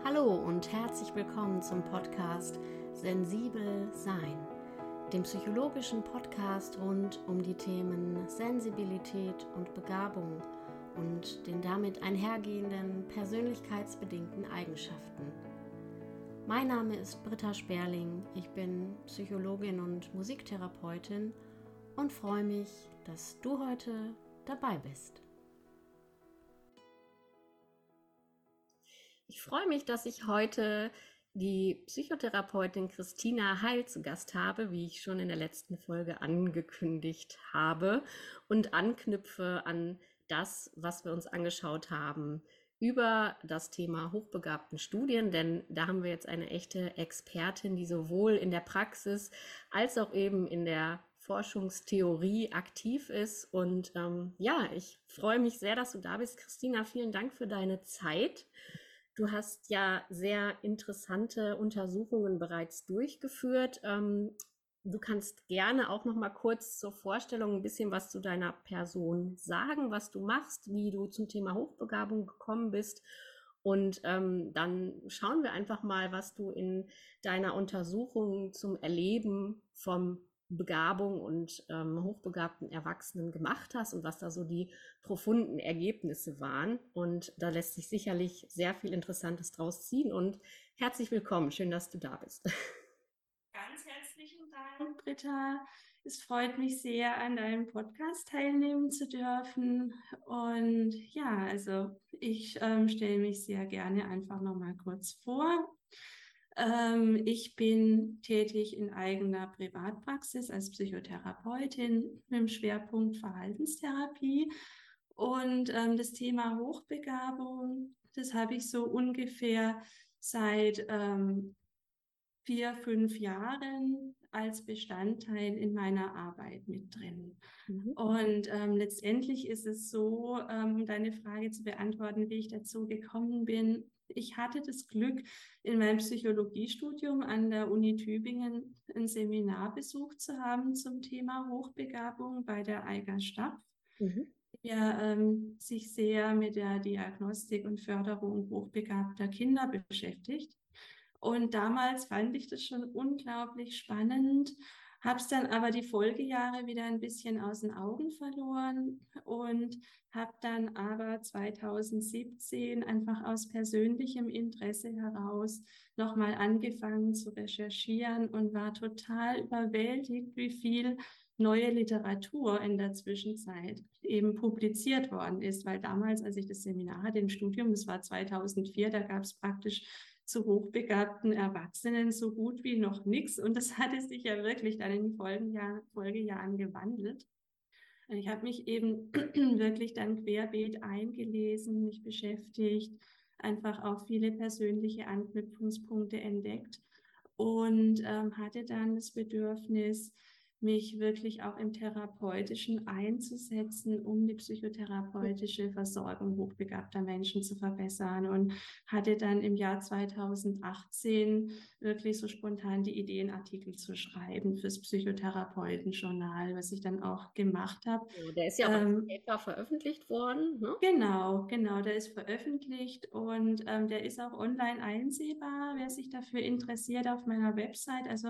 Hallo und herzlich willkommen zum Podcast Sensibel Sein, dem psychologischen Podcast rund um die Themen Sensibilität und Begabung und den damit einhergehenden persönlichkeitsbedingten Eigenschaften. Mein Name ist Britta Sperling, ich bin Psychologin und Musiktherapeutin und freue mich, dass du heute dabei bist. Ich freue mich, dass ich heute die Psychotherapeutin Christina Heil zu Gast habe, wie ich schon in der letzten Folge angekündigt habe, und anknüpfe an das, was wir uns angeschaut haben über das Thema hochbegabten Studien, denn da haben wir jetzt eine echte Expertin, die sowohl in der Praxis als auch eben in der Forschungstheorie aktiv ist. Und ich freue mich sehr, dass du da bist. Christina, vielen Dank für deine Zeit. Du hast ja sehr interessante Untersuchungen bereits durchgeführt. Du kannst gerne auch noch mal kurz zur Vorstellung ein bisschen was zu deiner Person sagen, was du machst, wie du zum Thema Hochbegabung gekommen bist. Und dann schauen wir einfach mal, was du in deiner Untersuchung zum Erleben vom Begabung und hochbegabten Erwachsenen gemacht hast und was da so die profunden Ergebnisse waren. Und da lässt sich sicherlich sehr viel Interessantes draus ziehen. Und herzlich willkommen, schön, dass du da bist. Ganz herzlichen Dank, Britta. Es freut mich sehr, an deinem Podcast teilnehmen zu dürfen. Und ja, also ich stelle mich sehr gerne einfach nochmal kurz vor. Ich bin tätig in eigener Privatpraxis als Psychotherapeutin mit dem Schwerpunkt Verhaltenstherapie. Und das Thema Hochbegabung, das habe ich so ungefähr seit 4, 5 Jahren als Bestandteil in meiner Arbeit mit drin. Mhm. Und letztendlich ist es so, um deine Frage zu beantworten, wie ich dazu gekommen bin. Ich hatte das Glück, in meinem Psychologiestudium an der Uni Tübingen ein Seminar besucht zu haben zum Thema Hochbegabung bei der Eiger Staff, Mhm. die sich sehr mit der Diagnostik und Förderung hochbegabter Kinder beschäftigt. Und damals fand ich das schon unglaublich spannend, habe es dann aber die Folgejahre wieder ein bisschen aus den Augen verloren und habe dann aber 2017 einfach aus persönlichem Interesse heraus nochmal angefangen zu recherchieren und war total überwältigt, wie viel neue Literatur in der Zwischenzeit eben publiziert worden ist, weil damals, als ich das Seminar hatte im Studium, das war 2004, da gab es praktisch zu hochbegabten Erwachsenen so gut wie noch nichts. Und das hatte sich ja wirklich dann in den Folgejahren gewandelt. Und ich habe mich eben wirklich dann querbeet eingelesen, mich beschäftigt, einfach auch viele persönliche Anknüpfungspunkte entdeckt und hatte dann das Bedürfnis, mich wirklich auch im Therapeutischen einzusetzen, um die psychotherapeutische Versorgung hochbegabter Menschen zu verbessern. Und hatte dann im Jahr 2018 wirklich so spontan die Idee, einen Artikel zu schreiben fürs Psychotherapeutenjournal, was ich dann auch gemacht habe. Ja, der ist ja auch als Ähm, Paper veröffentlicht worden, ne? Genau, der ist veröffentlicht und der ist auch online einsehbar, wer sich dafür interessiert, auf meiner Website, also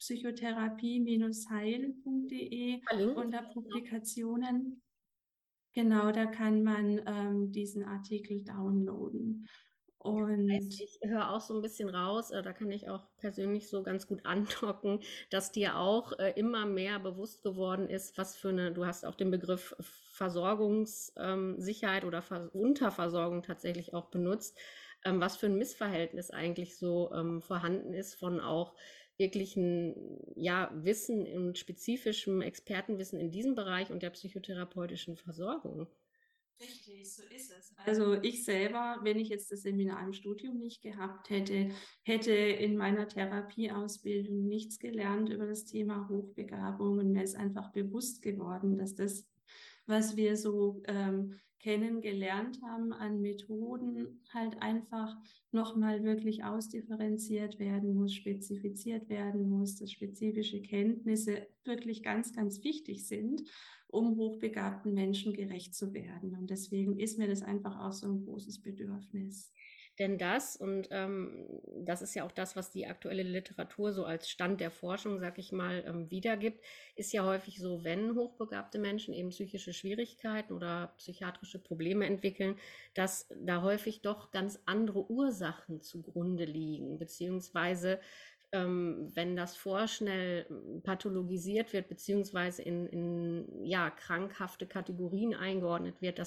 psychotherapie-heil.de Verlinkt. unter Publikationen. Genau, da kann man diesen Artikel downloaden. Heißt, Und ich höre auch so ein bisschen raus, da kann ich auch persönlich so ganz gut andocken, dass dir auch immer mehr bewusst geworden ist, was für eine, du hast auch den Begriff Versorgungssicherheit oder Unterversorgung tatsächlich auch benutzt, was für ein Missverhältnis eigentlich so vorhanden ist von auch wirklichen, ja, Wissen und spezifischem Expertenwissen in diesem Bereich und der psychotherapeutischen Versorgung. richtig, so ist es. Also ich selber, wenn ich jetzt das Seminar im Studium nicht gehabt hätte, hätte in meiner Therapieausbildung nichts gelernt über das Thema Hochbegabung und mir ist einfach bewusst geworden, dass das, was wir so kennengelernt haben an Methoden, halt einfach nochmal wirklich ausdifferenziert werden muss, spezifiziert werden muss, dass spezifische Kenntnisse wirklich ganz, ganz wichtig sind, um hochbegabten Menschen gerecht zu werden. Und deswegen ist mir das einfach auch so ein großes Bedürfnis. denn das, und das ist ja auch das, was die aktuelle Literatur so als Stand der Forschung, sag ich mal, wiedergibt, ist ja häufig so, wenn hochbegabte Menschen eben psychische Schwierigkeiten oder psychiatrische Probleme entwickeln, dass da häufig doch ganz andere Ursachen zugrunde liegen, beziehungsweise wenn das vorschnell pathologisiert wird, beziehungsweise in ja, krankhafte Kategorien eingeordnet wird,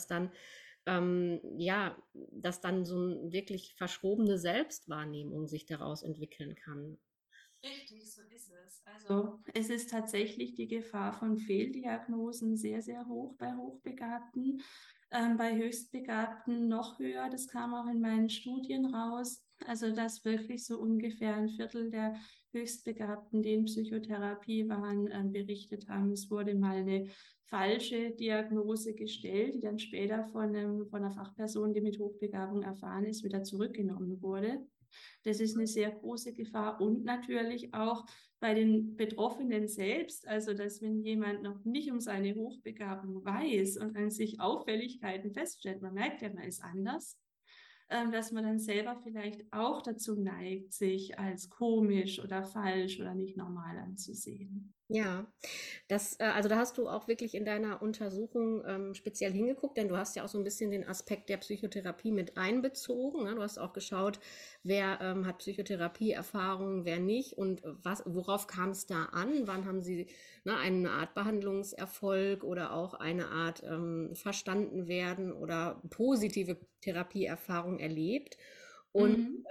ja, dass dann so eine wirklich verschrobene Selbstwahrnehmung sich daraus entwickeln kann. Richtig, so ist es. Also es ist tatsächlich die Gefahr von Fehldiagnosen sehr, sehr hoch bei Hochbegabten, bei Höchstbegabten noch höher. Das kam auch in meinen Studien raus. Also dass wirklich so ungefähr ein Viertel der Höchstbegabten, die in Psychotherapie waren, berichtet haben, es wurde mal eine falsche Diagnose gestellt, die dann später von einer Fachperson, die mit Hochbegabung erfahren ist, wieder zurückgenommen wurde. Das ist eine sehr große Gefahr und natürlich auch bei den Betroffenen selbst. Also, dass wenn jemand noch nicht um seine Hochbegabung weiß und an sich Auffälligkeiten feststellt, man merkt ja, man ist anders, dass man dann selber vielleicht auch dazu neigt, sich als komisch oder falsch oder nicht normal anzusehen. Ja, also da hast du auch wirklich in deiner Untersuchung speziell hingeguckt, denn du hast ja auch so ein bisschen den Aspekt der Psychotherapie mit einbezogen. Ne? Du hast auch geschaut, wer hat Psychotherapieerfahrung, wer nicht und worauf kam es da an? Wann haben sie eine Art Behandlungserfolg oder auch eine Art verstanden werden oder positive Therapieerfahrung erlebt? Und Mhm.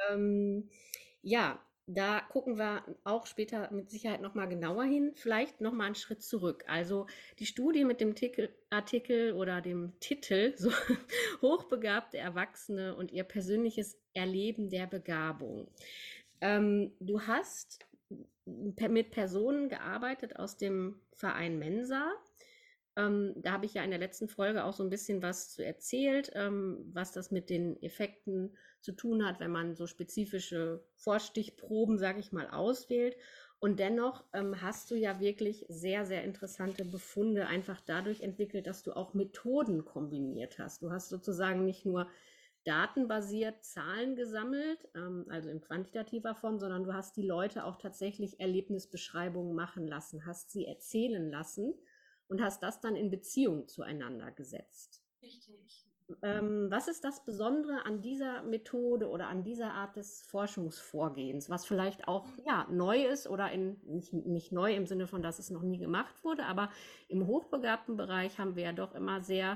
ja, da gucken wir auch später mit Sicherheit noch mal genauer hin. Vielleicht noch mal einen Schritt zurück. Also die Studie mit dem Artikel oder dem Titel so hochbegabte Erwachsene und ihr persönliches Erleben der Begabung. Du hast mit Personen gearbeitet aus dem Verein Mensa. Da habe ich ja in der letzten Folge auch so ein bisschen was zu erzählt, was das mit den Effekten zu tun hat, wenn man so spezifische Vorstichproben, sage ich mal, auswählt. Und dennoch hast du ja wirklich sehr, sehr interessante Befunde einfach dadurch entwickelt, dass du auch Methoden kombiniert hast. Du hast sozusagen nicht nur datenbasiert Zahlen gesammelt, also in quantitativer Form, sondern du hast die Leute auch tatsächlich Erlebnisbeschreibungen machen lassen, hast sie erzählen lassen und hast das dann in Beziehung zueinander gesetzt. Richtig. Was ist das Besondere an dieser Methode oder an dieser Art des Forschungsvorgehens, was vielleicht auch ja, neu ist oder nicht neu im Sinne von, dass es noch nie gemacht wurde, aber im hochbegabten Bereich haben wir ja doch immer sehr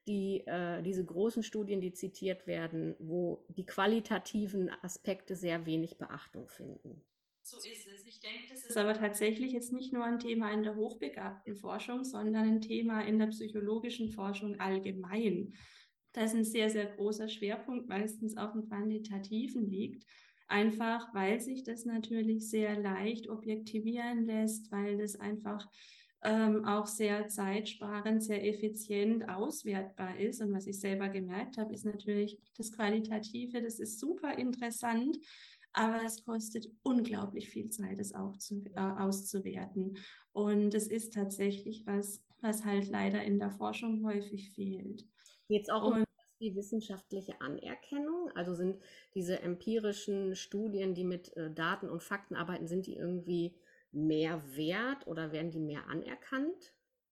diese großen Studien, die zitiert werden, wo die qualitativen Aspekte sehr wenig Beachtung finden. So ist es. Ich denke, das ist aber tatsächlich jetzt nicht nur ein Thema in der hochbegabten Forschung, sondern ein Thema in der psychologischen Forschung allgemein. Da ist ein sehr, sehr großer Schwerpunkt meistens auf dem Quantitativen liegt. Einfach, weil sich das natürlich sehr leicht objektivieren lässt, weil das einfach auch sehr zeitsparend, sehr effizient auswertbar ist. Und was ich selber gemerkt habe, ist natürlich das Qualitative, das ist super interessant, aber es kostet unglaublich viel Zeit, es auch auszuwerten. Und es ist tatsächlich was halt leider in der Forschung häufig fehlt. Geht es auch um Und die wissenschaftliche Anerkennung? Also sind diese empirischen Studien, die mit Daten und Fakten arbeiten, sind die irgendwie mehr wert oder werden die mehr anerkannt?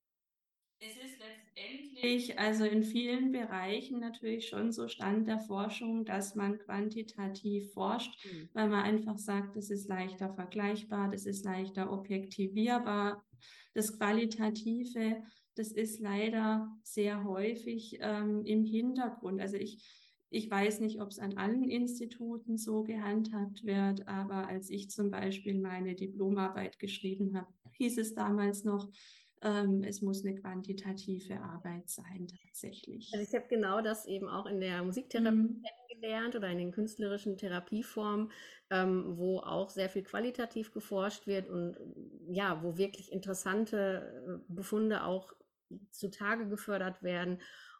es ist letztendlich, also in vielen Bereichen natürlich schon so Stand der Forschung, dass man quantitativ forscht, Hm. weil man einfach sagt, das ist leichter vergleichbar, das ist leichter objektivierbar. Das Qualitative, das ist leider sehr häufig im Hintergrund. Also ich weiß nicht, ob es an allen Instituten so gehandhabt wird, aber als ich zum Beispiel meine Diplomarbeit geschrieben habe, hieß es damals noch, es muss eine quantitative Arbeit sein, Also tatsächlich. ich habe genau das eben auch in der Musiktherapie Mhm. kennengelernt oder in den künstlerischen Therapieformen, wo auch sehr viel qualitativ geforscht wird und ja, wo wirklich interessante Befunde auch zutage gefördert werden.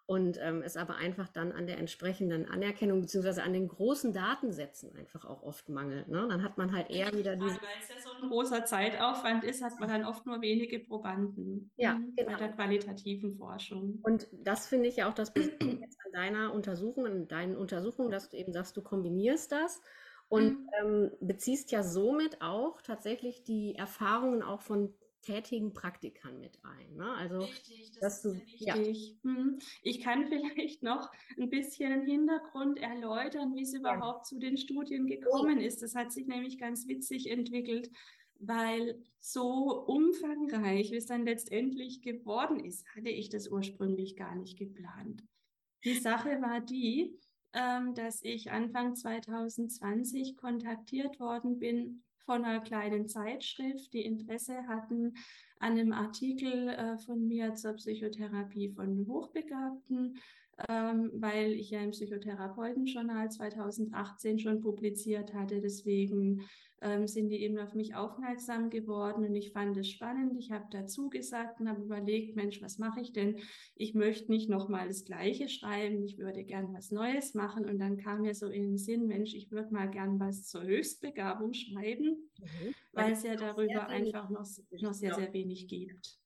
und es aber einfach dann an der entsprechenden Anerkennung beziehungsweise an den großen Datensätzen einfach auch oft mangelt. Ne? Dann hat man halt eher Richtig, wieder diese. weil es ja so ein großer Zeitaufwand ist, hat man dann oft nur wenige Probanden Ja, bei der genau. qualitativen Forschung. Und das finde ich ja auch das Besondere jetzt an deiner Untersuchung, an deinen Untersuchungen, dass du eben sagst, du kombinierst das und beziehst ja somit auch tatsächlich die Erfahrungen auch von tätigen Praktikern mit ein. Ne? Also, Richtig, das dass ist sehr du, ja, wichtig. Ich kann vielleicht noch ein bisschen den Hintergrund erläutern, wie es gerne. überhaupt zu den Studien Oh ja. gekommen ist. Das hat sich nämlich ganz witzig entwickelt, weil so umfangreich, wie es dann letztendlich geworden ist, hatte ich das ursprünglich gar nicht geplant. Die Sache war die, dass ich Anfang 2020 kontaktiert worden bin von einer kleinen Zeitschrift, die Interesse hatten an einem Artikel von mir zur Psychotherapie von Hochbegabten, weil ich ja im Psychotherapeutenjournal 2018 schon publiziert hatte. Deswegen sind die eben auf mich aufmerksam geworden und ich fand es spannend. Ich habe dazu gesagt und habe überlegt, Mensch, was mache ich denn? Ich möchte nicht nochmal das Gleiche schreiben, ich würde gern was Neues machen. Und dann kam mir so in den Sinn, Mensch, ich würde mal gern was zur Höchstbegabung schreiben, Mhm. Da weil gibt es es ja auch sehr darüber wenig. einfach noch sehr, Ja. sehr wenig gibt.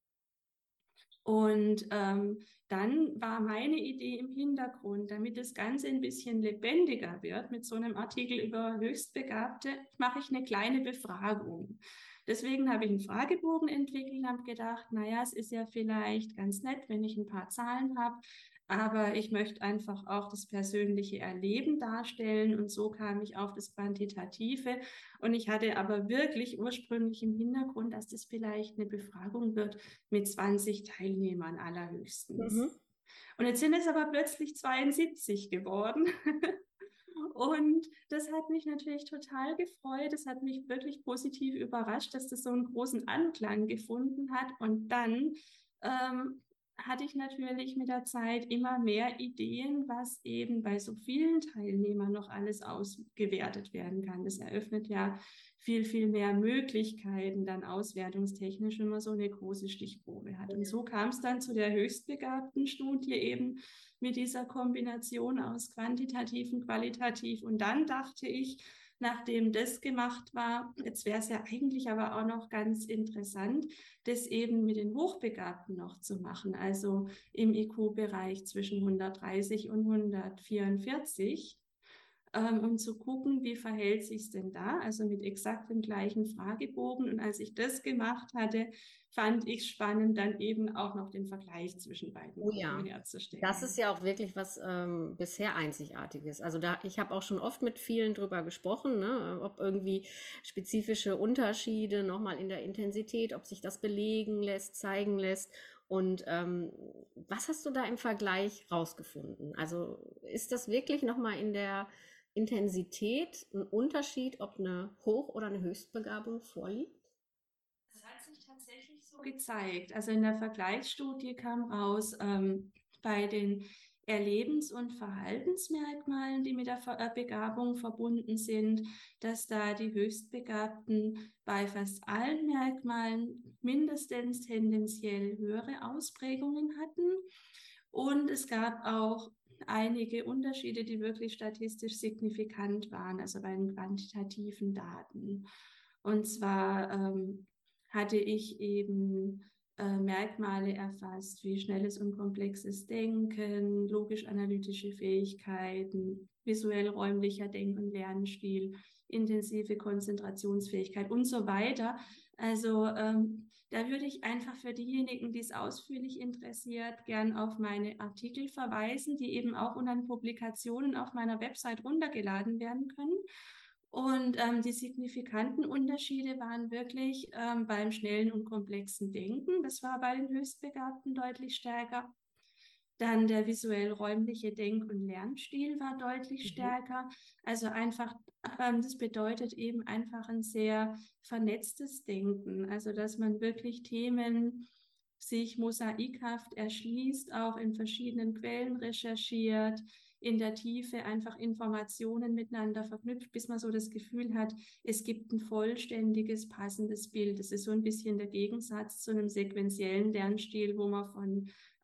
Und dann war meine Idee im Hintergrund, damit das Ganze ein bisschen lebendiger wird, mit so einem Artikel über Höchstbegabte, mache ich eine kleine Befragung. Deswegen habe ich einen Fragebogen entwickelt, habe gedacht, naja, es ist ja vielleicht ganz nett, wenn ich ein paar Zahlen habe, aber ich möchte einfach auch das persönliche Erleben darstellen und so kam ich auf das Quantitative. Und ich hatte aber wirklich ursprünglich im Hintergrund, dass das vielleicht eine Befragung wird mit 20 Teilnehmern Mhm. allerhöchstens. Und jetzt sind es aber plötzlich 72 geworden. Und das hat mich natürlich total gefreut. Das hat mich wirklich positiv überrascht, dass das so einen großen Anklang gefunden hat. Und dann hatte ich natürlich mit der Zeit immer mehr Ideen, was eben bei so vielen Teilnehmern noch alles ausgewertet werden kann. Das eröffnet ja viel, viel mehr Möglichkeiten dann auswertungstechnisch, wenn man so eine große Stichprobe hat. Und so kam es dann zu der höchstbegabten Studie eben mit dieser Kombination aus quantitativ und qualitativ. Und dann dachte ich, nachdem das gemacht war, jetzt wäre es ja eigentlich aber auch noch ganz interessant, das eben mit den Hochbegabten noch zu machen, also im IQ-Bereich zwischen 130 und 144, um zu gucken, wie verhält sich es denn da, also mit exakt dem gleichen Fragebogen. Und als ich das gemacht hatte, fand ich spannend, dann eben auch noch den Vergleich zwischen beiden Oh Gruppen ja, das ist herzustellen. ja auch wirklich was bisher Einzigartiges. Also da, ich habe auch schon oft mit vielen drüber gesprochen, ne, ob irgendwie spezifische Unterschiede nochmal in der Intensität, ob sich das belegen lässt, zeigen lässt. Und was hast du da im Vergleich rausgefunden? Also ist das wirklich nochmal in der Intensität ein Unterschied, ob eine Hoch- oder eine Höchstbegabung vorliegt? Das hat sich tatsächlich so gezeigt. Also in der Vergleichsstudie kam raus, bei den Erlebens- und Verhaltensmerkmalen, die mit der Begabung verbunden sind, dass da die Höchstbegabten bei fast allen Merkmalen mindestens tendenziell höhere Ausprägungen hatten. Und es gab auch einige Unterschiede, die wirklich statistisch signifikant waren, also bei den quantitativen Daten. Und zwar hatte ich eben Merkmale erfasst, wie schnelles und komplexes Denken, logisch-analytische Fähigkeiten, visuell-räumlicher Denk- und Lernstil, intensive Konzentrationsfähigkeit und so weiter. Also da würde ich einfach für diejenigen, die es ausführlich interessiert, gern auf meine Artikel verweisen, die eben auch unter den Publikationen auf meiner Website runtergeladen werden können. Und die signifikanten Unterschiede waren wirklich beim schnellen und komplexen Denken. Das war bei den Höchstbegabten deutlich stärker. Dann der visuell-räumliche Denk- und Lernstil war deutlich Mhm. stärker. Also einfach, das bedeutet eben einfach ein sehr vernetztes Denken. Also dass man wirklich Themen sich mosaikhaft erschließt, auch in verschiedenen Quellen recherchiert, in der Tiefe einfach Informationen miteinander verknüpft, bis man so das Gefühl hat, es gibt ein vollständiges, passendes Bild. Das ist so ein bisschen der Gegensatz zu einem sequentiellen Lernstil, wo man von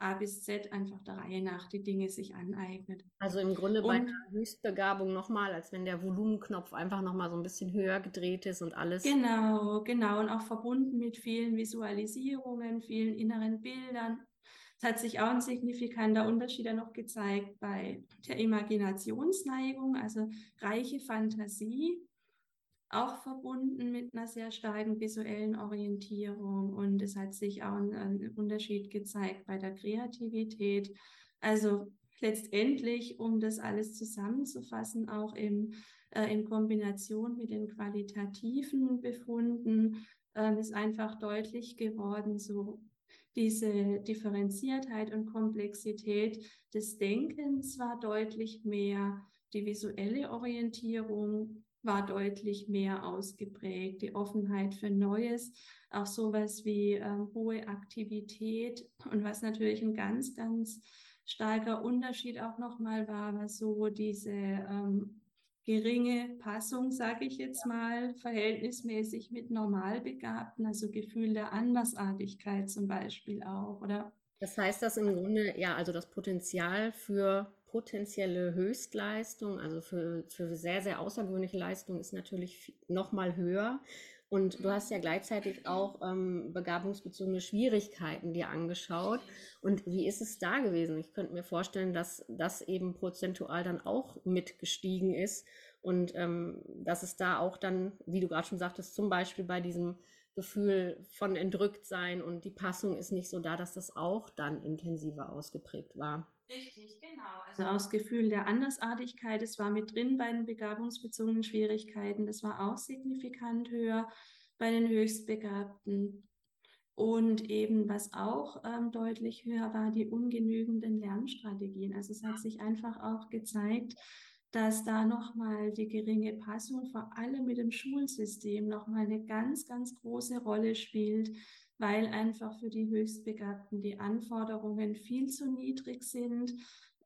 A bis Z einfach der Reihe nach die Dinge sich aneignet. Also im Grunde bei Und einer Höchstbegabung nochmal, als wenn der Volumenknopf einfach nochmal so ein bisschen höher gedreht ist und alles. genau, genau. Und auch verbunden mit vielen Visualisierungen, vielen inneren Bildern. Es hat sich auch ein signifikanter Unterschied dann noch gezeigt bei der Imaginationsneigung, also reiche Fantasie, auch verbunden mit einer sehr starken visuellen Orientierung. Und es hat sich auch ein Unterschied gezeigt bei der Kreativität. Also letztendlich, um das alles zusammenzufassen, auch in Kombination mit den qualitativen Befunden, ist einfach deutlich geworden, so diese Differenziertheit und Komplexität des Denkens war deutlich mehr, die visuelle Orientierung war deutlich mehr ausgeprägt, die Offenheit für Neues, auch sowas wie hohe Aktivität. Und was natürlich ein ganz, ganz starker Unterschied auch nochmal war, war so diese geringe Passung, sage ich jetzt mal, verhältnismäßig mit Normalbegabten, also Gefühl der Andersartigkeit zum Beispiel auch, oder? Das heißt, dass im Grunde, ja, also das Potenzial für potenzielle Höchstleistung, also für sehr, sehr außergewöhnliche Leistung ist natürlich noch mal höher. Und du hast ja gleichzeitig auch begabungsbezogene Schwierigkeiten dir angeschaut. Und wie ist es da gewesen? Ich könnte mir vorstellen, dass das eben prozentual dann auch mitgestiegen ist und dass es da auch dann, wie du gerade schon sagtest, zum Beispiel bei diesem Gefühl von Entrücktsein und die Passung ist nicht so da, dass das auch dann intensiver ausgeprägt war. Richtig, genau. Also auch das Gefühl der Andersartigkeit, das war mit drin bei den begabungsbezogenen Schwierigkeiten, das war auch signifikant höher bei den Höchstbegabten. Und eben, was auch deutlich höher war, die ungenügenden Lernstrategien. Also es hat sich einfach auch gezeigt, dass da nochmal die geringe Passung, vor allem mit dem Schulsystem, nochmal eine ganz, ganz große Rolle spielt, weil einfach für die Höchstbegabten die Anforderungen viel zu niedrig sind.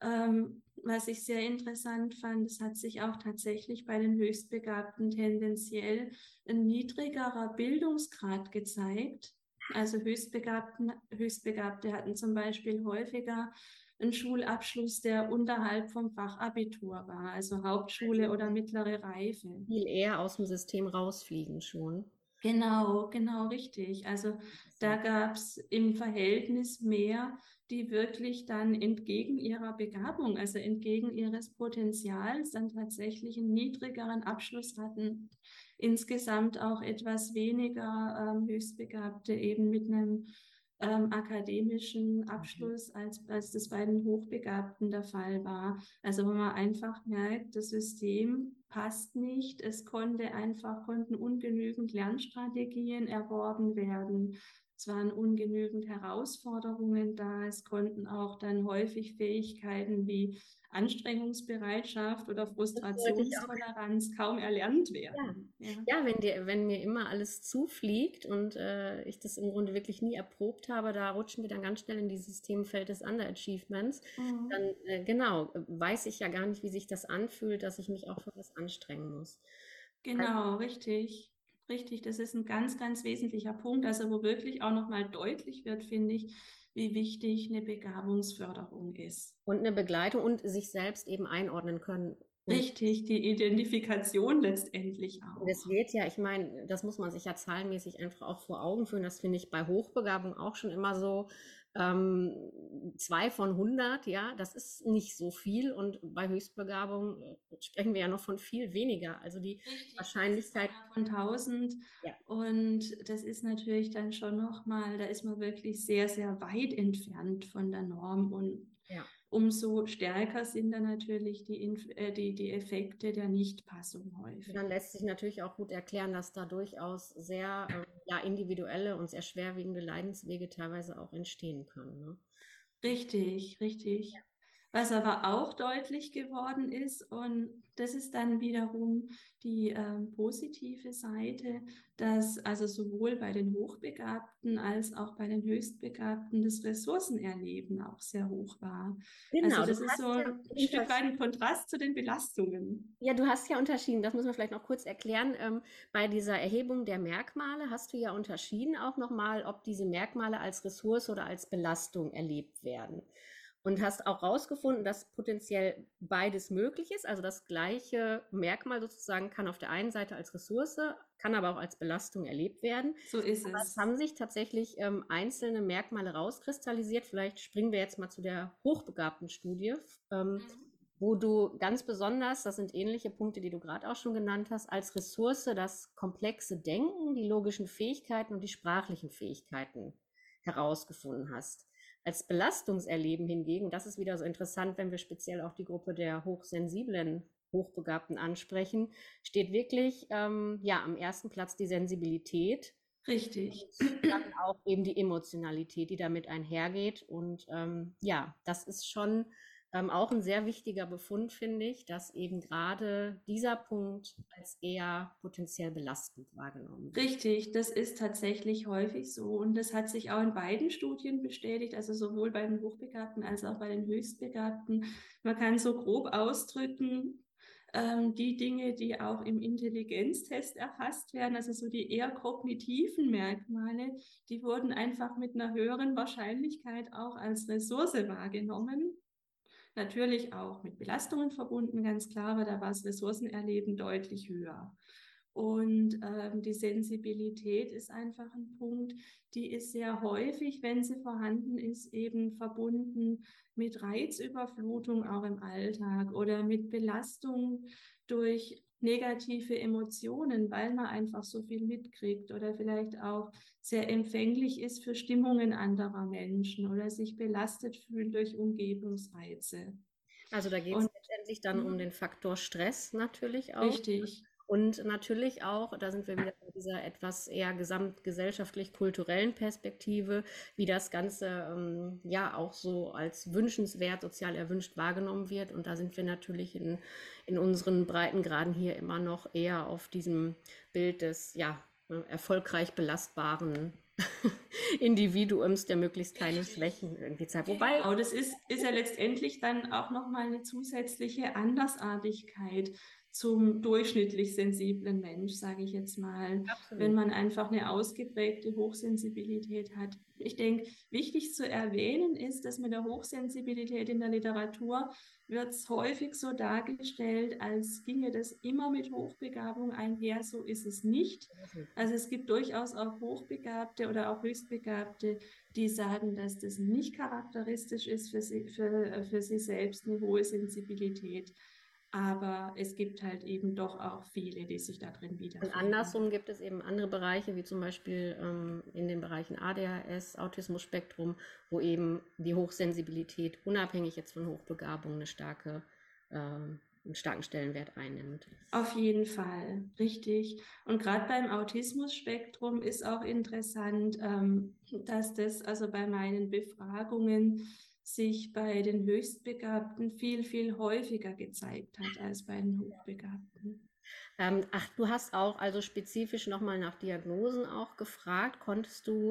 Was ich sehr interessant fand, es hat sich auch tatsächlich bei den Höchstbegabten tendenziell ein niedrigerer Bildungsgrad gezeigt. Also Höchstbegabte hatten zum Beispiel häufiger einen Schulabschluss, der unterhalb vom Fachabitur war, also Hauptschule oder mittlere Reife. Viel eher aus dem System rausfliegen schon. Genau, genau richtig. Also da Interessant. gab es im Verhältnis mehr, die wirklich dann entgegen ihrer Begabung, also entgegen ihres Potenzials, dann tatsächlich einen niedrigeren Abschluss hatten. Insgesamt auch etwas weniger Höchstbegabte eben mit einem akademischen Mhm. Abschluss, als das bei den Hochbegabten der Fall war. Also wo man einfach merkt, das System passt nicht. Konnten ungenügend Lernstrategien erworben werden. Es waren ungenügend Herausforderungen da. Es konnten auch dann häufig Fähigkeiten wie Anstrengungsbereitschaft oder Das wollte ich auch. Frustrationstoleranz kaum erlernt Ja, werden. Ja. ja, wenn mir immer alles zufliegt und ich das im Grunde wirklich nie erprobt habe, da rutschen wir dann ganz schnell in dieses Themenfeld des Underachievements. Dann, Mhm. genau, weiß ich ja gar nicht, wie sich das anfühlt, dass ich mich auch für was anstrengen muss. Also, Genau, richtig. Richtig, das ist ein ganz, ganz wesentlicher Punkt, also wo wirklich auch nochmal deutlich wird, finde ich, wie wichtig eine Begabungsförderung ist. und eine Begleitung und sich selbst eben einordnen können. Und Richtig, die Identifikation letztendlich es auch. wird ja, ich meine, das muss man sich ja zahlenmäßig einfach auch vor Augen führen. Das finde ich bei Hochbegabung auch schon immer so. 2 von 100, ja, das ist nicht so viel. Und bei Höchstbegabung sprechen wir ja noch von viel weniger. Also die Richtig, das ist Wahrscheinlichkeit, einer von 1000. ja, Und das ist natürlich dann schon nochmal, da ist man wirklich sehr, sehr weit entfernt von der Norm. Und ja. umso stärker sind dann natürlich die Effekte der Nichtpassung Dann häufig. lässt sich natürlich auch gut erklären, dass da durchaus sehr ja, individuelle und sehr schwerwiegende Leidenswege teilweise auch entstehen können. Ne? Richtig, richtig. Was aber auch deutlich geworden ist, und das ist dann wiederum die positive Seite, dass also sowohl bei den Hochbegabten als auch bei den Höchstbegabten das Ressourcenerleben auch sehr hoch war. Also Genau, du das ist so hast ja ein Stück weit unterschieden. ein Kontrast zu den Belastungen. Ja, du hast ja unterschieden, das müssen wir vielleicht noch kurz erklären. Bei dieser Erhebung der Merkmale hast du ja unterschieden auch nochmal, ob diese Merkmale als Ressource oder als Belastung erlebt werden. Und hast auch herausgefunden, dass potenziell beides möglich ist. Also das gleiche Merkmal sozusagen kann auf der einen Seite als Ressource, kann aber auch als Belastung erlebt werden. So ist Aber es es. haben sich tatsächlich einzelne Merkmale rauskristallisiert. Vielleicht springen wir jetzt mal zu der hochbegabten Studie. Wo du ganz besonders, das sind ähnliche Punkte, die du gerade auch schon genannt hast, als Ressource das komplexe Denken, die logischen Fähigkeiten und die sprachlichen Fähigkeiten herausgefunden hast. Als Belastungserleben hingegen, das ist wieder so interessant, wenn wir speziell auch die Gruppe der hochsensiblen Hochbegabten ansprechen, steht wirklich ja am ersten Platz die Sensibilität Richtig. und dann auch eben die Emotionalität, die damit einhergeht. Und ja, das ist schon auch ein sehr wichtiger Befund, finde ich, dass eben gerade dieser Punkt als eher potenziell belastend wahrgenommen wird. Richtig, das ist tatsächlich häufig so. Und das hat sich auch in beiden Studien bestätigt, also sowohl bei den Hochbegabten als auch bei den Höchstbegabten. Man kann so grob ausdrücken, die Dinge, die auch im Intelligenztest erfasst werden, also so die eher kognitiven Merkmale, die wurden einfach mit einer höheren Wahrscheinlichkeit auch als Ressource wahrgenommen. Natürlich auch mit Belastungen verbunden, ganz klar, aber da war das Ressourcenerleben deutlich höher. Und die Sensibilität ist einfach ein Punkt, die ist sehr häufig, wenn sie vorhanden ist, eben verbunden mit Reizüberflutung auch im Alltag oder mit Belastung durch negative Emotionen, weil man einfach so viel mitkriegt oder vielleicht auch sehr empfänglich ist für Stimmungen anderer Menschen oder sich belastet fühlt durch Umgebungsreize. Also da geht es Und letztendlich dann um den Faktor Stress natürlich auch. richtig, Und natürlich auch, da sind wir wieder bei dieser etwas eher gesamtgesellschaftlich-kulturellen Perspektive, wie das Ganze ja auch so als wünschenswert, sozial erwünscht wahrgenommen wird. Und da sind wir natürlich in unseren Breitengraden hier immer noch eher auf diesem Bild des ja, erfolgreich belastbaren Individuums, der möglichst keine Schwächen irgendwie zeigt. Wobei, genau, das ist ja letztendlich dann auch nochmal eine zusätzliche Andersartigkeit zum durchschnittlich sensiblen Mensch, sage ich jetzt mal, wenn absolut. man einfach eine ausgeprägte Hochsensibilität hat. Ich denke, wichtig zu erwähnen ist, dass mit der Hochsensibilität in der Literatur wird es häufig so dargestellt, als ginge das immer mit Hochbegabung einher. So ist es nicht. Also es gibt durchaus auch Hochbegabte oder auch Höchstbegabte, die sagen, dass das nicht charakteristisch ist für sie selbst, eine hohe Sensibilität. Aber es gibt halt eben doch auch viele, die sich da drin Und wiederfinden. andersrum gibt es eben andere Bereiche, wie zum Beispiel in den Bereichen ADHS, Autismus-Spektrum, wo eben die Hochsensibilität unabhängig jetzt von Hochbegabung einen starken Stellenwert einnimmt. Auf jeden Fall, richtig. Und gerade beim Autismus-Spektrum ist auch interessant, dass das also bei meinen Befragungen sich bei den Höchstbegabten viel, viel häufiger gezeigt hat als bei den Hochbegabten. Ach, du hast auch also spezifisch nochmal nach Diagnosen auch gefragt. Konntest du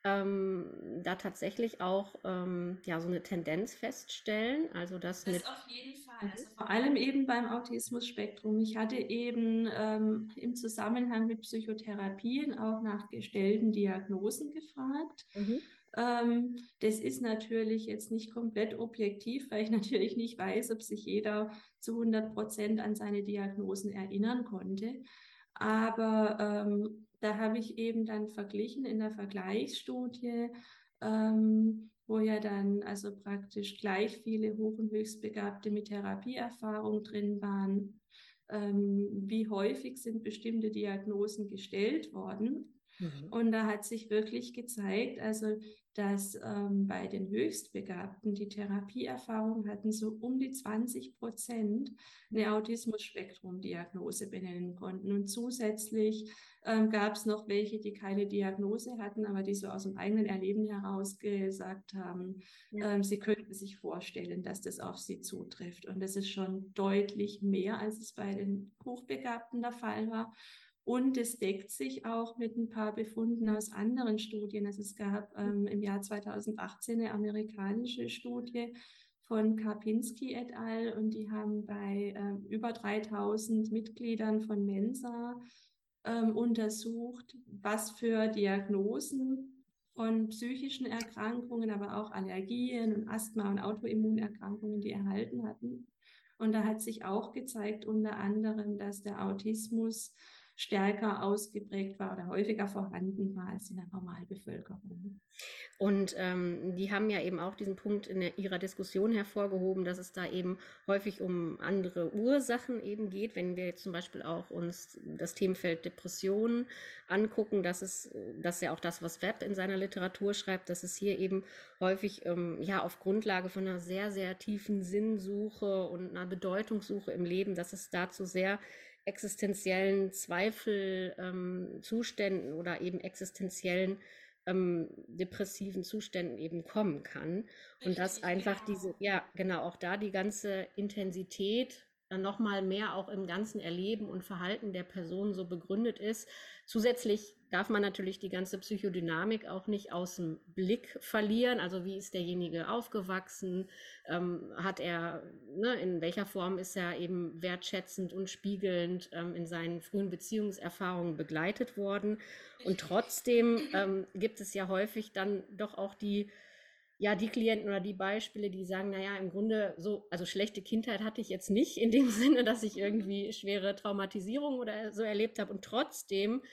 da tatsächlich auch ja, so eine Tendenz feststellen? Also das Das mit. auf jeden Fall. Also vor allem eben beim Autismus-Spektrum. Ich hatte eben im Zusammenhang mit Psychotherapien auch nach gestellten Diagnosen gefragt. Mhm. Das ist natürlich jetzt nicht komplett objektiv, weil ich natürlich nicht weiß, ob sich jeder zu 100% an seine Diagnosen erinnern konnte. Aber da habe ich eben dann verglichen in der Vergleichsstudie, wo ja dann also praktisch gleich viele Hoch- und Höchstbegabte mit Therapieerfahrung drin waren. Wie häufig sind bestimmte Diagnosen gestellt worden? Mhm. Und da hat sich wirklich gezeigt, also dass bei den Höchstbegabten, die Therapieerfahrung hatten, so um die 20% eine Autismus-Spektrum-Diagnose benennen konnten. Und zusätzlich gab es noch welche, die keine Diagnose hatten, aber die so aus dem eigenen Erleben heraus gesagt haben, Ja. sie könnten sich vorstellen, dass das auf sie zutrifft. Und das ist schon deutlich mehr, als es bei den Hochbegabten der Fall war. Und es deckt sich auch mit ein paar Befunden aus anderen Studien. Also es gab im Jahr 2018 eine amerikanische Studie von Karpinski et al. Und die haben bei über 3000 Mitgliedern von Mensa untersucht, was für Diagnosen von psychischen Erkrankungen, aber auch Allergien und Asthma- und Autoimmunerkrankungen die erhalten hatten. Und da hat sich auch gezeigt, unter anderem, dass der Autismus stärker ausgeprägt war oder häufiger vorhanden war als in der Normalbevölkerung. Und die haben ja eben auch diesen Punkt in ihrer Diskussion hervorgehoben, dass es da eben häufig um andere Ursachen eben geht. Wenn wir jetzt zum Beispiel auch uns das Themenfeld Depressionen angucken, das ja auch das, was Webb in seiner Literatur schreibt, dass es hier eben häufig ja auf Grundlage von einer sehr, sehr tiefen Sinnsuche und einer Bedeutungssuche im Leben, dass es dazu sehr existenziellen Zuständen oder eben existenziellen depressiven Zuständen eben kommen kann. Und dass Richtig, einfach genau. ja, genau, auch da die ganze Intensität dann nochmal mehr auch im ganzen Erleben und Verhalten der Person so begründet ist. Zusätzlich darf man natürlich die ganze Psychodynamik auch nicht aus dem Blick verlieren. Also wie ist derjenige aufgewachsen? Hat er, ne, in welcher Form ist er eben wertschätzend und spiegelnd in seinen frühen Beziehungserfahrungen begleitet worden? Und Richtig. trotzdem gibt es ja häufig dann doch auch ja, die Klienten oder die Beispiele, die sagen, naja, im Grunde so, also schlechte Kindheit hatte ich jetzt nicht in dem Sinne, dass ich irgendwie schwere Traumatisierung oder so erlebt habe. Und trotzdem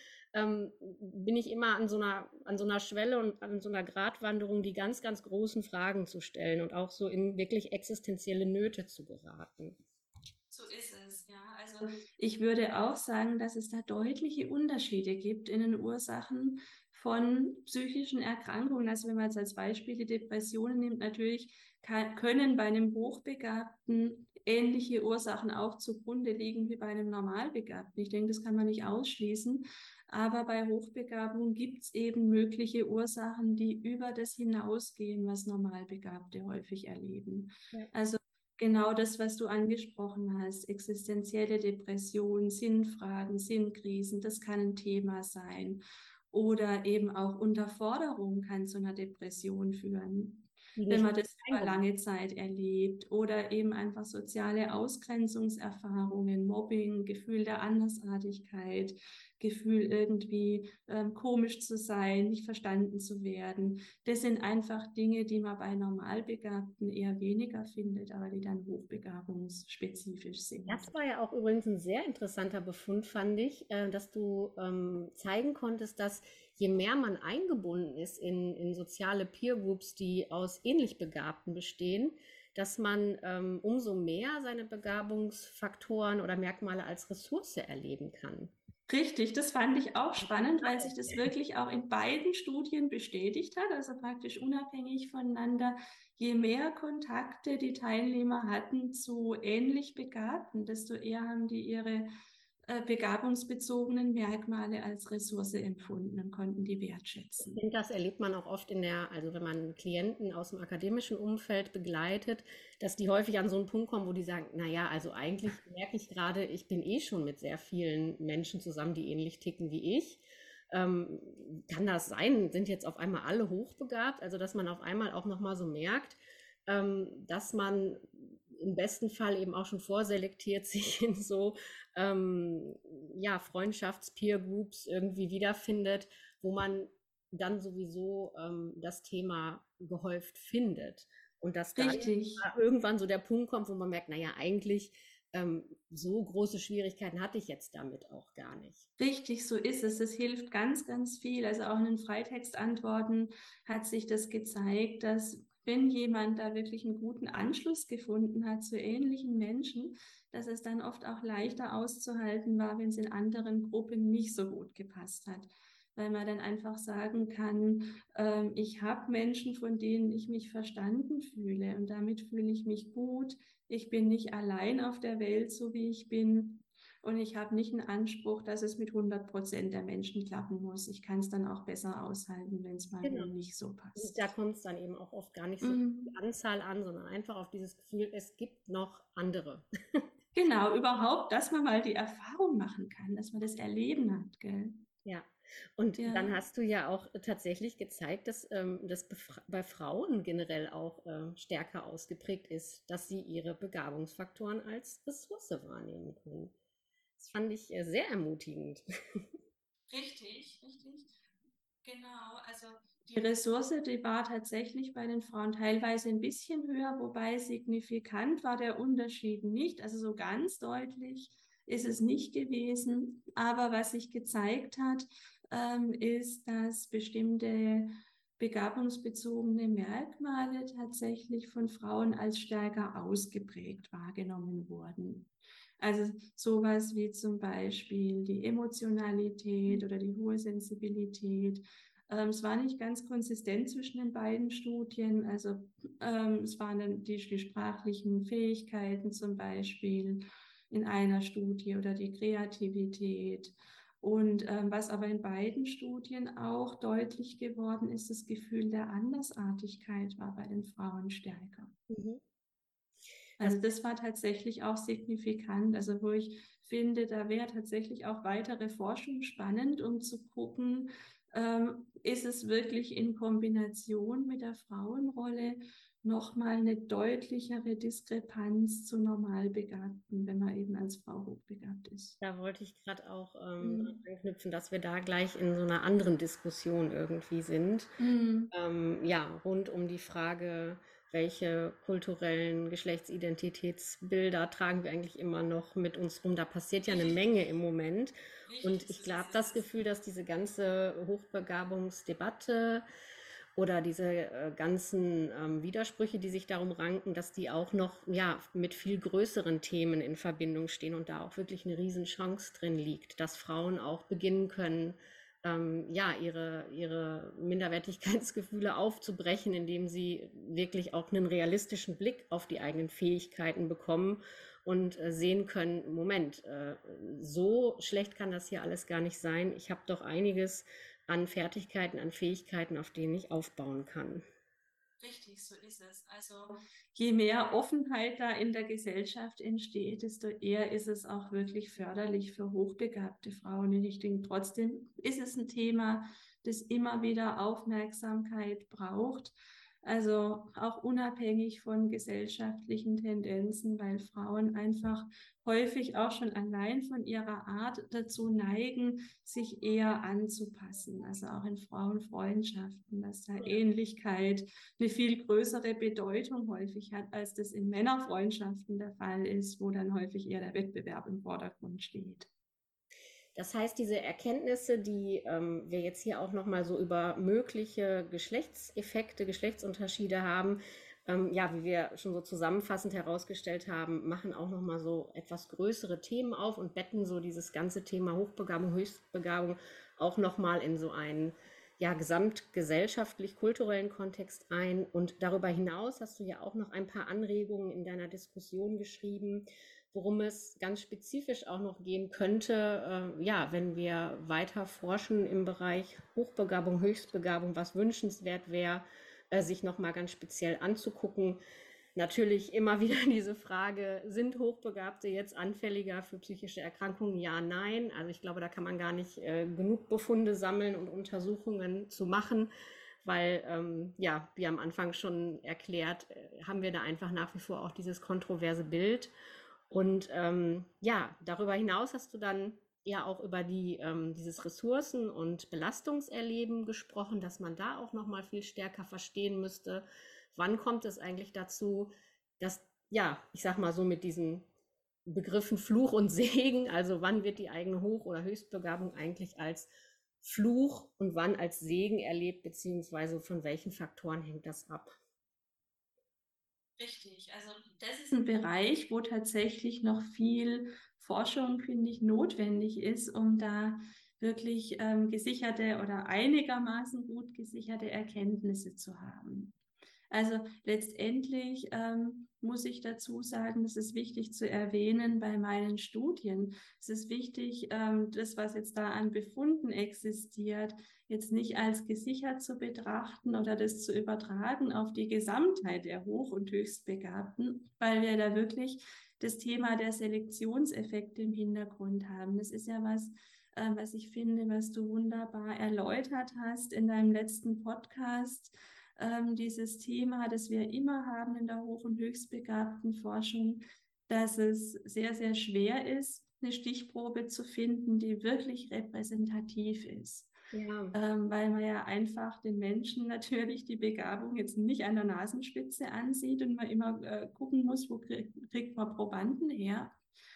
bin ich immer an so einer Schwelle und an so einer Gratwanderung, die ganz, ganz großen Fragen zu stellen und auch so in wirklich existenzielle Nöte zu geraten. So ist es, ja. Also ich würde auch sagen, dass es da deutliche Unterschiede gibt in den Ursachen von psychischen Erkrankungen. Also wenn man jetzt als Beispiel die Depressionen nimmt, natürlich können bei einem Hochbegabten ähnliche Ursachen auch zugrunde liegen wie bei einem Normalbegabten. Ich denke, das kann man nicht ausschließen. Aber bei Hochbegabung gibt es eben mögliche Ursachen, die über das hinausgehen, was Normalbegabte häufig erleben. Ja. Also genau das, was du angesprochen hast, existenzielle Depression, Sinnfragen, Sinnkrisen, das kann ein Thema sein. Oder eben auch Unterforderung kann zu einer Depression führen, Die wenn nicht man das über eingebaut. lange Zeit erlebt. Oder eben einfach soziale Ausgrenzungserfahrungen, Mobbing, Gefühl der Andersartigkeit, Gefühl irgendwie komisch zu sein, nicht verstanden zu werden. Das sind einfach Dinge, die man bei Normalbegabten eher weniger findet, aber die dann hochbegabungsspezifisch sind. Das war ja auch übrigens ein sehr interessanter Befund, fand ich, dass du zeigen konntest, dass je mehr man eingebunden ist in soziale Peer Groups, die aus ähnlich Begabten bestehen, dass man umso mehr seine Begabungsfaktoren oder Merkmale als Ressource erleben kann. Richtig, das fand ich auch spannend, weil sich das wirklich auch in beiden Studien bestätigt hat, also praktisch unabhängig voneinander. Je mehr Kontakte die Teilnehmer hatten zu ähnlich Begabten, desto eher haben die ihre begabungsbezogenen Merkmale als Ressource empfunden und konnten die Ich wertschätzen. finde, das erlebt man auch oft also wenn man Klienten aus dem akademischen Umfeld begleitet, dass die häufig an so einen Punkt kommen, wo die sagen, naja, also eigentlich merke ich gerade, ich bin eh schon mit sehr vielen Menschen zusammen, die ähnlich ticken wie ich. Kann das sein? Sind jetzt auf einmal alle hochbegabt? Also, dass man auf einmal auch nochmal so merkt, dass man im besten Fall eben auch schon vorselektiert sich in so ja, Freundschafts-Peer-Groups irgendwie wiederfindet, wo man dann sowieso das Thema gehäuft findet. Und dass dann Richtig. irgendwann so der Punkt kommt, wo man merkt, naja, eigentlich so große Schwierigkeiten hatte ich jetzt damit auch gar nicht. Richtig, so ist es. Es hilft ganz, ganz viel. Also auch in den Freitextantworten hat sich das gezeigt, dass wenn jemand da wirklich einen guten Anschluss gefunden hat zu ähnlichen Menschen, dass es dann oft auch leichter auszuhalten war, wenn es in anderen Gruppen nicht so gut gepasst hat. weil man dann einfach sagen kann, ich habe Menschen, von denen ich mich verstanden fühle und damit fühle ich mich gut. Ich bin nicht allein auf der Welt, so wie ich bin. Und ich habe nicht einen Anspruch, dass es mit 100% der Menschen klappen muss. Ich kann es dann auch besser aushalten, wenn es mal Genau. nicht so Und da passt. kommt es dann eben auch oft gar nicht so auf die Mhm. Anzahl an, sondern einfach auf dieses Gefühl, es gibt noch andere. Genau, überhaupt, dass man mal die Erfahrung machen kann, dass man das Erleben hat, gell? Ja, und dann Ja. hast du ja auch tatsächlich gezeigt, dass das bei Frauen generell auch stärker ausgeprägt ist, dass sie ihre Begabungsfaktoren als Ressource wahrnehmen können. Das fand ich sehr ermutigend. Richtig, richtig. Genau, also die Ressource, die war tatsächlich bei den Frauen teilweise ein bisschen höher, wobei signifikant war der Unterschied nicht. Also so ganz deutlich ist es nicht gewesen. Aber was sich gezeigt hat, ist, dass bestimmte begabungsbezogene Merkmale tatsächlich von Frauen als stärker ausgeprägt wahrgenommen wurden. Also sowas wie zum Beispiel die Emotionalität oder die hohe Sensibilität. Es war nicht ganz konsistent zwischen den beiden Studien. Also es waren dann die sprachlichen Fähigkeiten zum Beispiel in einer Studie oder die Kreativität. Und was aber in beiden Studien auch deutlich geworden ist, das Gefühl der Andersartigkeit war bei den Frauen stärker. Mhm. Das, Also das war tatsächlich auch signifikant. Also wo ich finde, da wäre tatsächlich auch weitere Forschung spannend, um zu gucken, ist es wirklich in Kombination mit der Frauenrolle nochmal eine deutlichere Diskrepanz zu Normalbegabten, wenn man eben als Frau hochbegabt ist. da wollte ich gerade auch dran Mhm. anknüpfen, dass wir da gleich in so einer anderen Diskussion irgendwie sind. Mhm. Ja, rund um die Frage, welche kulturellen Geschlechtsidentitätsbilder tragen wir eigentlich immer noch mit uns rum. Da passiert ja eine Menge im Moment. Und ich glaube, das Gefühl, dass diese ganze Hochbegabungsdebatte oder diese ganzen Widersprüche, die sich darum ranken, dass die auch noch ja, mit viel größeren Themen in Verbindung stehen und da auch wirklich eine Riesenchance drin liegt, dass Frauen auch beginnen können, ja, ihre Minderwertigkeitsgefühle aufzubrechen, indem sie wirklich auch einen realistischen Blick auf die eigenen Fähigkeiten bekommen und sehen können, Moment, so schlecht kann das hier alles gar nicht sein. Ich habe doch einiges an Fertigkeiten, an Fähigkeiten, auf denen ich aufbauen kann. Richtig, so ist es. Also je mehr Offenheit da in der Gesellschaft entsteht, desto eher ist es auch wirklich förderlich für hochbegabte Frauen. Und ich denke, trotzdem ist es ein Thema, das immer wieder Aufmerksamkeit braucht. Also auch unabhängig von gesellschaftlichen Tendenzen, weil Frauen einfach häufig auch schon allein von ihrer Art dazu neigen, sich eher anzupassen. Also auch in Frauenfreundschaften, dass da Ähnlichkeit eine viel größere Bedeutung häufig hat, als das in Männerfreundschaften der Fall ist, wo dann häufig eher der Wettbewerb im Vordergrund steht. Das heißt, diese Erkenntnisse, die wir jetzt hier auch nochmal so über mögliche Geschlechtseffekte, Geschlechtsunterschiede haben, ja, wie wir schon so zusammenfassend herausgestellt haben, machen auch nochmal so etwas größere Themen auf und betten so dieses ganze Thema Hochbegabung, Höchstbegabung auch nochmal in so einen ja, gesamtgesellschaftlich-kulturellen Kontext ein. Und darüber hinaus hast du ja auch noch ein paar Anregungen in deiner Diskussion geschrieben, worum es ganz spezifisch auch noch gehen könnte, ja, wenn wir weiter forschen im Bereich Hochbegabung, Höchstbegabung, was wünschenswert wäre, sich nochmal ganz speziell anzugucken. Natürlich immer wieder diese Frage, sind Hochbegabte jetzt anfälliger für psychische Erkrankungen? Ja, nein. Also ich glaube, da kann man gar nicht genug Befunde sammeln und Untersuchungen zu machen, weil, ja, wie am Anfang schon erklärt, haben wir da einfach nach wie vor auch dieses kontroverse Bild. Und ja, darüber hinaus hast du dann ja auch über dieses Ressourcen- und Belastungserleben gesprochen, dass man da auch noch mal viel stärker verstehen müsste, wann kommt es eigentlich dazu, dass, ja, ich sag mal so mit diesen Begriffen Fluch und Segen, also wann wird die eigene Hoch- oder Höchstbegabung eigentlich als Fluch und wann als Segen erlebt, beziehungsweise von welchen Faktoren hängt das ab? Richtig, also das ist ein Bereich, wo tatsächlich noch viel Forschung, finde ich, notwendig ist, um da wirklich gesicherte oder einigermaßen gut gesicherte Erkenntnisse zu haben. Also letztendlich muss ich dazu sagen, das ist wichtig zu erwähnen bei meinen Studien. Es ist wichtig, das, was jetzt da an Befunden existiert, jetzt nicht als gesichert zu betrachten oder das zu übertragen auf die Gesamtheit der Hoch- und Höchstbegabten, weil wir da wirklich das Thema der Selektionseffekte im Hintergrund haben. Das ist ja was ich finde, was du wunderbar erläutert hast in deinem letzten Podcast, dieses Thema, das wir immer haben in der Hoch- und Höchstbegabten Forschung, dass es sehr, sehr schwer ist, eine Stichprobe zu finden, die wirklich repräsentativ ist. Ja. Weil man ja einfach den Menschen natürlich die Begabung jetzt nicht an der Nasenspitze ansieht und man immer gucken muss, wo kriegt man Probanden her.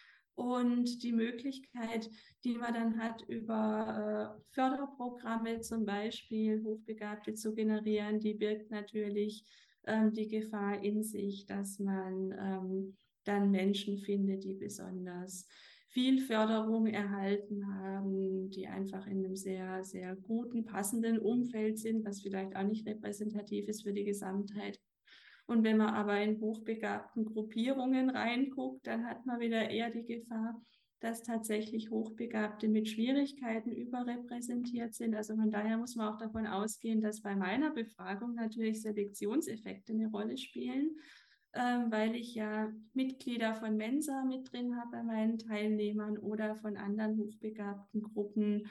Und die Möglichkeit, die man dann hat, über Förderprogramme zum Beispiel Hochbegabte zu generieren, die birgt natürlich die Gefahr in sich, dass man dann Menschen findet, die besonders viel Förderung erhalten haben, die einfach in einem sehr, sehr guten, passenden Umfeld sind, was vielleicht auch nicht repräsentativ ist für die Gesamtheit. Und wenn man aber in hochbegabten Gruppierungen reinguckt, dann hat man wieder eher die Gefahr, dass tatsächlich Hochbegabte mit Schwierigkeiten überrepräsentiert sind. Also von daher muss man auch davon ausgehen, dass bei meiner Befragung natürlich Selektionseffekte eine Rolle spielen, weil ich ja Mitglieder von Mensa mit drin habe bei meinen Teilnehmern oder von anderen hochbegabten Gruppen,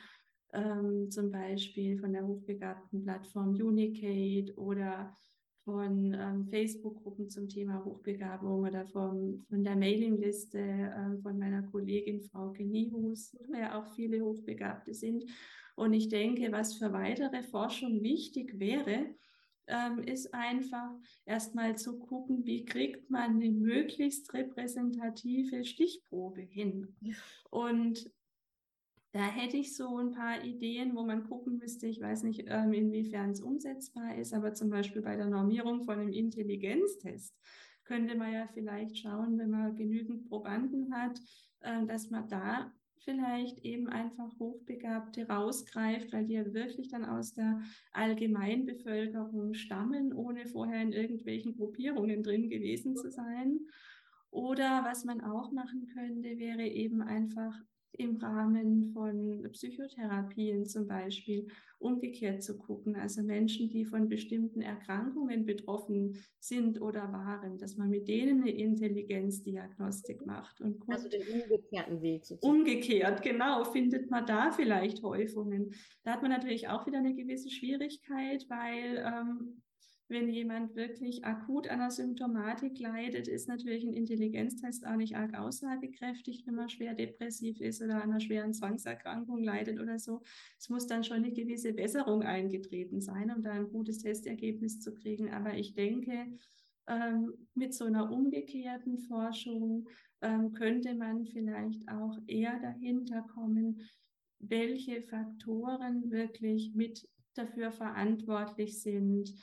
zum Beispiel von der hochbegabten Plattform Unicate oder von Facebook-Gruppen zum Thema Hochbegabung oder von der Mailingliste von meiner Kollegin Frauke Nihus, wo ja auch viele Hochbegabte sind. Und ich denke, was für weitere Forschung wichtig wäre, ist einfach erstmal zu gucken, wie kriegt man eine möglichst repräsentative Stichprobe hin. Und da hätte ich so ein paar Ideen, wo man gucken müsste. Ich weiß nicht, inwiefern es umsetzbar ist, aber zum Beispiel bei der Normierung von einem Intelligenztest könnte man ja vielleicht schauen, wenn man genügend Probanden hat, dass man da vielleicht eben einfach Hochbegabte rausgreift, weil die ja wirklich dann aus der Allgemeinbevölkerung stammen, ohne vorher in irgendwelchen Gruppierungen drin gewesen zu sein. Oder was man auch machen könnte, wäre eben einfach im Rahmen von Psychotherapien zum Beispiel umgekehrt zu gucken. Also Menschen, die von bestimmten Erkrankungen betroffen sind oder waren, dass man mit denen eine Intelligenzdiagnostik macht und Also guckt, den umgekehrten Weg sozusagen. umgekehrt, genau, findet man da vielleicht Häufungen. Da hat man natürlich auch wieder eine gewisse Schwierigkeit, weil wenn jemand wirklich akut an einer Symptomatik leidet, ist natürlich ein Intelligenztest auch nicht arg aussagekräftig, wenn man schwer depressiv ist oder an einer schweren Zwangserkrankung leidet oder so. Es muss dann schon eine gewisse Besserung eingetreten sein, um da ein gutes Testergebnis zu kriegen. Aber ich denke, mit so einer umgekehrten Forschung könnte man vielleicht auch eher dahinter kommen, welche Faktoren wirklich mit dafür verantwortlich sind,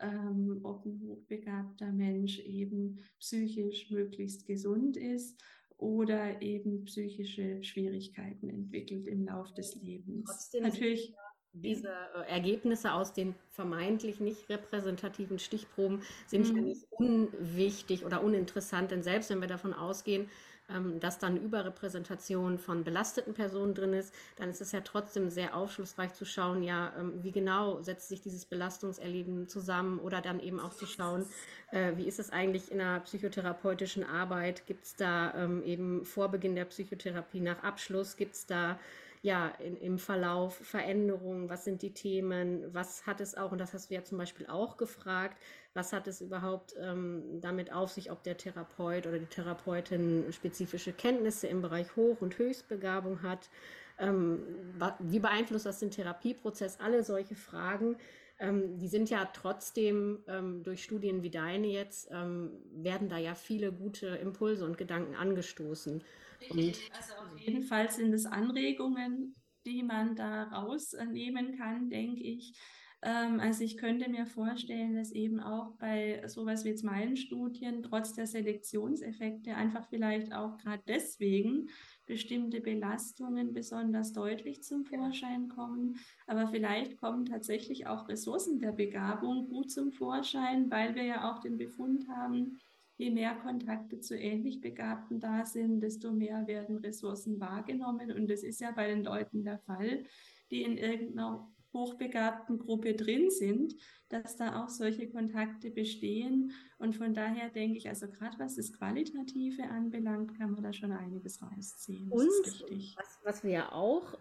ob ein hochbegabter Mensch eben psychisch möglichst gesund ist oder eben psychische Schwierigkeiten entwickelt im Lauf des Lebens. Trotzdem sind Natürlich, ja. diese Ergebnisse aus den vermeintlich nicht repräsentativen Stichproben sind ja nicht Mhm. unwichtig oder uninteressant, denn selbst wenn wir davon ausgehen, dass dann Überrepräsentation von belasteten Personen drin ist, dann ist es ja trotzdem sehr aufschlussreich zu schauen, ja, wie genau setzt sich dieses Belastungserleben zusammen oder dann eben auch zu schauen, wie ist es eigentlich in einer psychotherapeutischen Arbeit, gibt es da eben vor Beginn der Psychotherapie, nach Abschluss, gibt es da ja, im Verlauf Veränderungen, was sind die Themen, was hat es auch, und das hast du ja zum Beispiel auch gefragt, was hat es überhaupt damit auf sich, ob der Therapeut oder die Therapeutin spezifische Kenntnisse im Bereich Hoch- und Höchstbegabung hat, ähm, wie beeinflusst das den Therapieprozess, alle solche Fragen. Die sind ja trotzdem durch Studien wie deine jetzt, werden da ja viele gute Impulse und Gedanken angestoßen. Und Richtig, also auf jeden Fall sind es Anregungen, die man da rausnehmen kann, denke ich. Also ich könnte mir vorstellen, dass eben auch bei sowas wie jetzt meinen Studien trotz der Selektionseffekte einfach vielleicht auch gerade deswegen bestimmte Belastungen besonders deutlich zum Vorschein kommen. Aber vielleicht kommen tatsächlich auch Ressourcen der Begabung gut zum Vorschein, weil wir ja auch den Befund haben, je mehr Kontakte zu ähnlich Begabten da sind, desto mehr werden Ressourcen wahrgenommen. Und das ist ja bei den Leuten der Fall, die in irgendeiner hochbegabten Gruppe drin sind, dass da auch solche Kontakte bestehen. Und von daher denke ich, also gerade was das Qualitative anbelangt, kann man da schon einiges rausziehen. Das ist Und richtig. was wir ja auch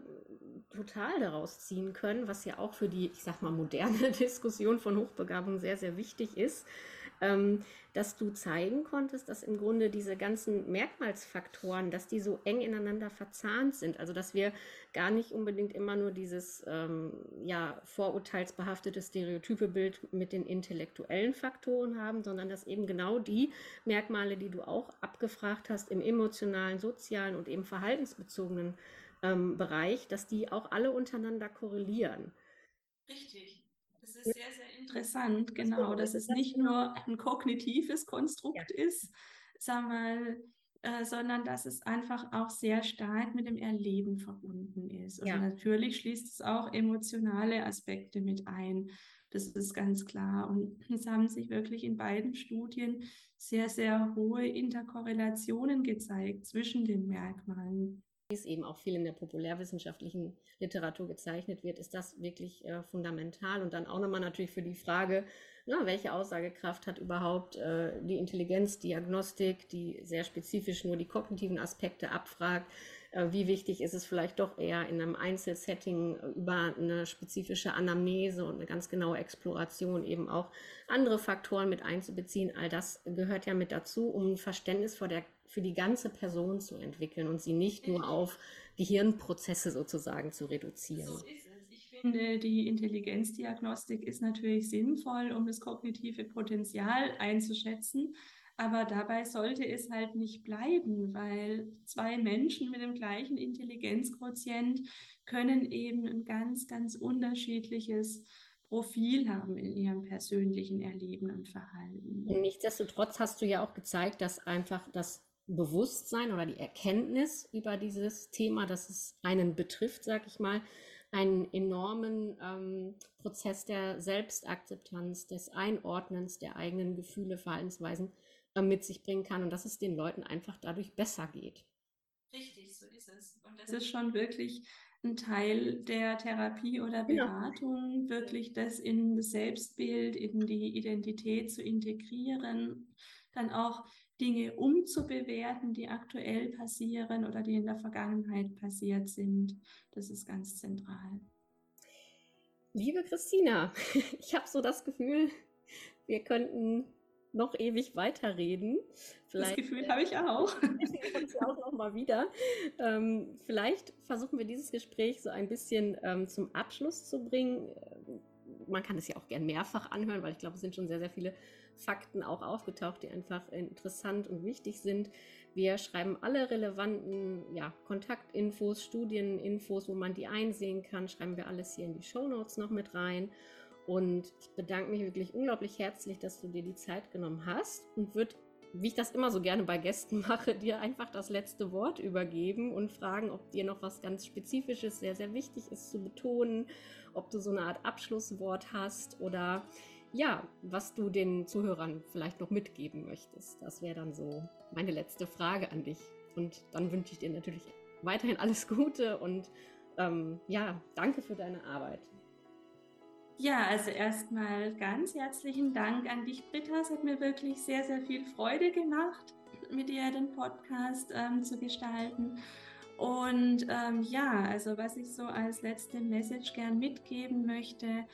total daraus ziehen können, was ja auch für die, ich sag mal, moderne Diskussion von Hochbegabung sehr, sehr wichtig ist, dass du zeigen konntest, dass im Grunde diese ganzen Merkmalsfaktoren, dass die so eng ineinander verzahnt sind. Also dass wir gar nicht unbedingt immer nur dieses ja, vorurteilsbehaftete stereotype Bild mit den intellektuellen Faktoren haben, sondern dass eben genau die Merkmale, die du auch abgefragt hast im emotionalen, sozialen und eben verhaltensbezogenen Bereich, dass die auch alle untereinander korrelieren. Richtig. Das ist sehr, sehr interessant, Was genau, dass bedeutet es das nicht genau? nur ein kognitives Ja, Konstrukt ist, sagen wir, sondern dass es einfach auch sehr stark mit dem Erleben verbunden ist. Und ja. natürlich schließt es auch emotionale Aspekte mit ein. Das ist ganz klar. Und es haben sich wirklich in beiden Studien sehr, sehr hohe Interkorrelationen gezeigt zwischen den Merkmalen. Wie es eben auch viel in der populärwissenschaftlichen Literatur gezeichnet wird, ist das wirklich fundamental. Und dann auch nochmal natürlich für die Frage, na, welche Aussagekraft hat überhaupt die Intelligenzdiagnostik, die sehr spezifisch nur die kognitiven Aspekte abfragt. Wie wichtig ist es vielleicht doch eher in einem Einzelsetting über eine spezifische Anamnese und eine ganz genaue Exploration eben auch andere Faktoren mit einzubeziehen. All das gehört ja mit dazu, um ein Verständnis für die ganze Person zu entwickeln und sie nicht nur auf Gehirnprozesse sozusagen zu reduzieren. So ist es. Ich finde, die Intelligenzdiagnostik ist natürlich sinnvoll, um das kognitive Potenzial einzuschätzen. Aber dabei sollte es halt nicht bleiben, weil zwei Menschen mit dem gleichen Intelligenzquotient können eben ein ganz, ganz unterschiedliches Profil haben in ihrem persönlichen Erleben und Verhalten. Nichtsdestotrotz hast du ja auch gezeigt, dass einfach das Bewusstsein oder die Erkenntnis über dieses Thema, dass es einen betrifft, sag ich mal, einen enormen Prozess der Selbstakzeptanz, des Einordnens der eigenen Gefühle, Verhaltensweisen mit sich bringen kann und dass es den Leuten einfach dadurch besser geht. Richtig, so ist es. Und das ist schon wirklich ein Teil der Therapie oder Genau. Beratung, wirklich das in das Selbstbild, in die Identität zu integrieren, dann auch Dinge umzubewerten, die aktuell passieren oder die in der Vergangenheit passiert sind. Das ist ganz zentral. Liebe Christina, ich habe so das Gefühl, wir könnten noch ewig weiterreden. Das Vielleicht Gefühl habe ich auch. sprechen wir uns ja auch noch mal wieder. Vielleicht versuchen wir dieses Gespräch so ein bisschen zum Abschluss zu bringen. Man kann es ja auch gern mehrfach anhören, weil ich glaube, es sind schon sehr, sehr viele Fakten auch aufgetaucht, die einfach interessant und wichtig sind. Wir schreiben alle relevanten Kontaktinfos, Studieninfos, wo man die einsehen kann, schreiben wir alles hier in die Shownotes noch mit rein. Und ich bedanke mich wirklich unglaublich herzlich, dass du dir die Zeit genommen hast und würde, wie ich das immer so gerne bei Gästen mache, dir einfach das letzte Wort übergeben und fragen, ob dir noch was ganz Spezifisches sehr, sehr wichtig ist zu betonen, ob du so eine Art Abschlusswort hast oder ja, was du den Zuhörern vielleicht noch mitgeben möchtest. Das wäre dann so meine letzte Frage an dich. Und dann wünsche ich dir natürlich weiterhin alles Gute und danke für deine Arbeit. Ja, also erstmal ganz herzlichen Dank an dich, Britta. Es hat mir wirklich sehr, sehr viel Freude gemacht, mit dir den Podcast zu gestalten. Und also was ich so als letzte Message gern mitgeben möchte,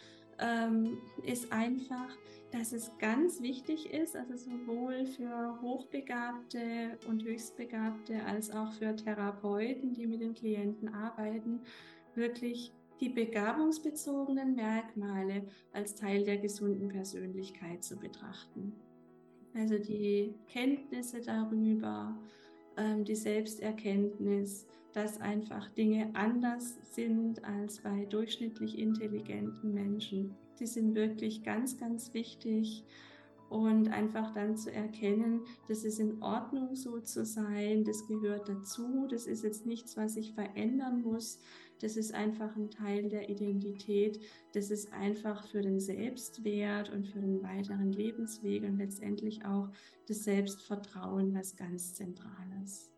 ist einfach, dass es ganz wichtig ist, also sowohl für Hochbegabte und Höchstbegabte als auch für Therapeuten, die mit den Klienten arbeiten, wirklich die begabungsbezogenen Merkmale als Teil der gesunden Persönlichkeit zu betrachten. Also die Kenntnisse darüber, die Selbsterkenntnis, dass einfach Dinge anders sind als bei durchschnittlich intelligenten Menschen. Die sind wirklich ganz, ganz wichtig. Und einfach dann zu erkennen, das ist in Ordnung, so zu sein, das gehört dazu, das ist jetzt nichts, was ich verändern muss, das ist einfach ein Teil der Identität, das ist einfach für den Selbstwert und für den weiteren Lebensweg und letztendlich auch das Selbstvertrauen, was ganz zentral ist.